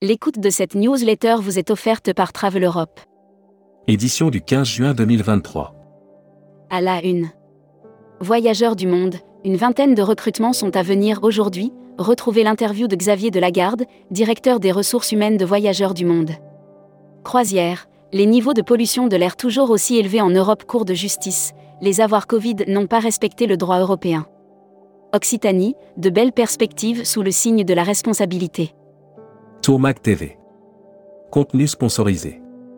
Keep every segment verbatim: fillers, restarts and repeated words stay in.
L'écoute de cette newsletter vous est offerte par Travel Europe. Édition du quinze juin deux mille vingt-trois. À la une. Voyageurs du monde, une vingtaine de recrutements sont à venir aujourd'hui. Retrouvez l'interview de Xavier Delagarde, directeur des ressources humaines de Voyageurs du monde. Croisière, les niveaux de pollution de l'air toujours aussi élevés en Europe. Cour de justice, les avoirs Covid n'ont pas respecté le droit européen. Occitanie, de belles perspectives sous le signe de la responsabilité. Tourmag T V. Contenu sponsorisé.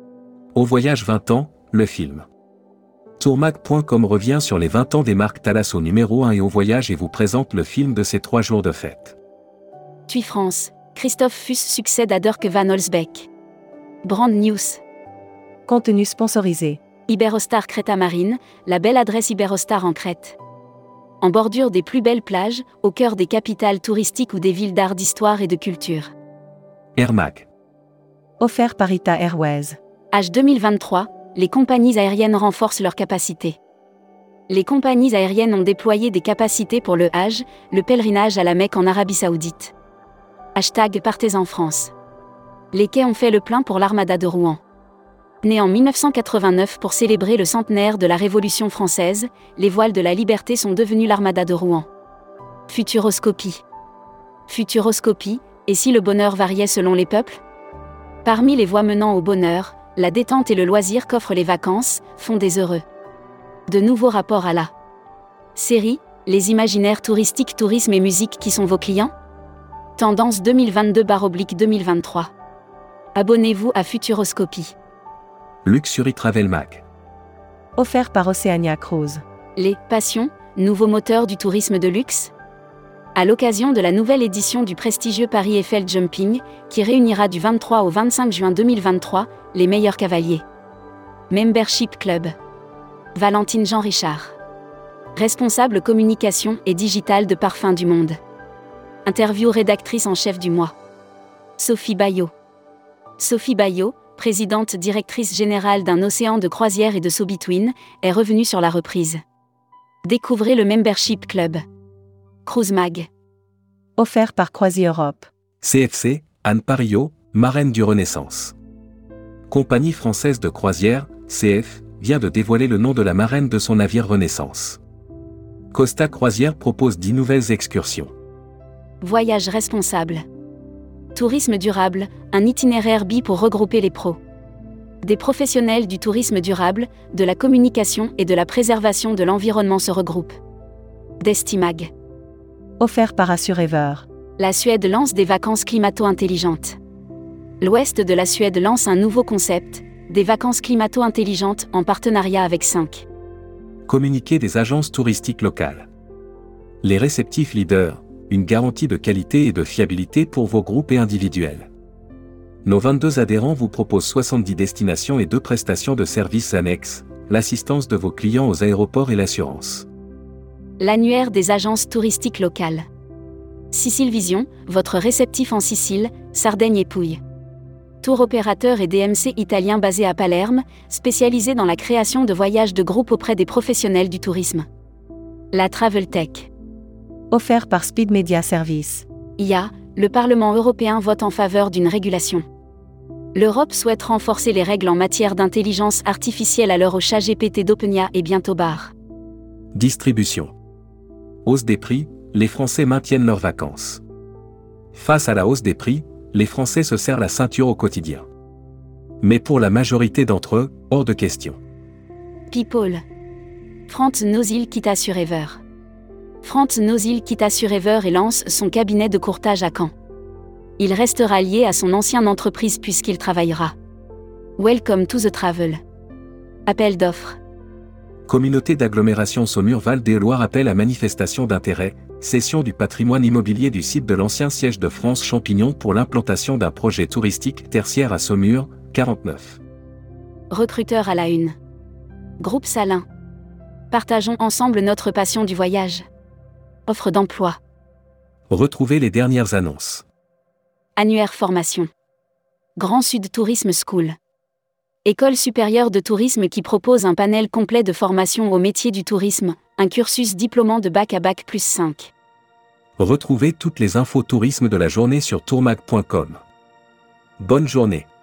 Au voyage vingt ans, le film. Tourmag point com revient sur les vingt ans des marques Thalasso numéro un et Au voyage et vous présente le film de ces trois jours de fête. TUI France, Christophe Fuss succède à Dirk Van Olsbeck. Brand News. Contenu sponsorisé. Iberostar Creta Marine, la belle adresse Iberostar en Crète. En bordure des plus belles plages, au cœur des capitales touristiques ou des villes d'art, d'histoire et de culture. Air Mag. Offert par Ita Airways. H deux mille vingt-trois, les compagnies aériennes renforcent leurs capacités. Les compagnies aériennes ont déployé des capacités pour le Hajj, le pèlerinage à la Mecque en Arabie Saoudite. Hashtag Partez en France. Les quais ont fait le plein pour l'Armada de Rouen. Né en mille neuf cent quatre-vingt-neuf pour célébrer le centenaire de la Révolution française, les voiles de la liberté sont devenus l'Armada de Rouen. Futuroscopie. Futuroscopie, et si le bonheur variait selon les peuples ? Parmi les voies menant au bonheur, la détente et le loisir qu'offrent les vacances font des heureux. De nouveaux rapports à la série, les imaginaires touristiques, tourisme et musique qui sont vos clients ? Tendance deux mille vingt-deux deux mille vingt-trois. Abonnez-vous à Futuroscopie. Luxury Travel Mag. Offert par Oceania Cruise. Les Passions, nouveau moteur du tourisme de luxe ? À l'occasion de la nouvelle édition du prestigieux Paris Eiffel Jumping, qui réunira du vingt-trois au vingt-cinq juin deux mille vingt-trois, les meilleurs cavaliers. Membership Club. Valentine Jean Richard. Responsable communication et digital de Parfums du Monde. Interview rédactrice en chef du mois. Sophie Bayot. Sophie Bayot, présidente directrice générale d'un océan de croisière et de So-Between, est revenue sur la reprise. Découvrez le Membership Club. Cruise Mag. Offert par Croisi Europe. C F C, Anne Parillo, marraine du Renaissance. Compagnie française de croisière, C F, vient de dévoiler le nom de la marraine de son navire Renaissance. Costa Croisière propose dix nouvelles excursions. Voyage responsable. Tourisme durable, un itinéraire bi pour regrouper les pros. Des professionnels du tourisme durable, de la communication et de la préservation de l'environnement se regroupent. Destimag. Offert par Assurever. La Suède lance des vacances climato-intelligentes. L'ouest de la Suède lance un nouveau concept, des vacances climato-intelligentes en partenariat avec cinq. Communiqué des agences touristiques locales. Les réceptifs leaders, une garantie de qualité et de fiabilité pour vos groupes et individuels. Nos vingt-deux adhérents vous proposent soixante-dix destinations et deux prestations de services annexes, l'assistance de vos clients aux aéroports et l'assurance. L'annuaire des agences touristiques locales. Sicile Vision, votre réceptif en Sicile, Sardaigne et Pouilles. Tour opérateur et D M C italien basé à Palerme, spécialisé dans la création de voyages de groupe auprès des professionnels du tourisme. La Travel Tech. Offert par Speed Media Service. I A, le Parlement européen vote en faveur d'une régulation. L'Europe souhaite renforcer les règles en matière d'intelligence artificielle à l'heure au ChatGPT d'OpenAI et bientôt barre. Distribution. Hausse des prix, les Français maintiennent leurs vacances. Face à la hausse des prix, les Français se serrent la ceinture au quotidien. Mais pour la majorité d'entre eux, hors de question. People. Frantz Nosil quitte Assurever. Frantz Nosil quitte Assurever et lance son cabinet de courtage à Caen. Il restera lié à son ancienne entreprise puisqu'il travaillera. Welcome to the travel. Appel d'offres. Communauté d'agglomération Saumur-Val d'Éloire appelle à manifestation d'intérêt, cession du patrimoine immobilier du site de l'ancien siège de France Champignon pour l'implantation d'un projet touristique tertiaire à Saumur, quarante-neuf. Recruteur à la une. Groupe Salin. Partageons ensemble notre passion du voyage. Offre d'emploi. Retrouvez les dernières annonces. Annuaire formation. Grand Sud Tourisme School. École supérieure de tourisme qui propose un panel complet de formation au métier du tourisme, un cursus diplômant de bac à bac plus cinq. Retrouvez toutes les infos tourisme de la journée sur tourmag point com. Bonne journée.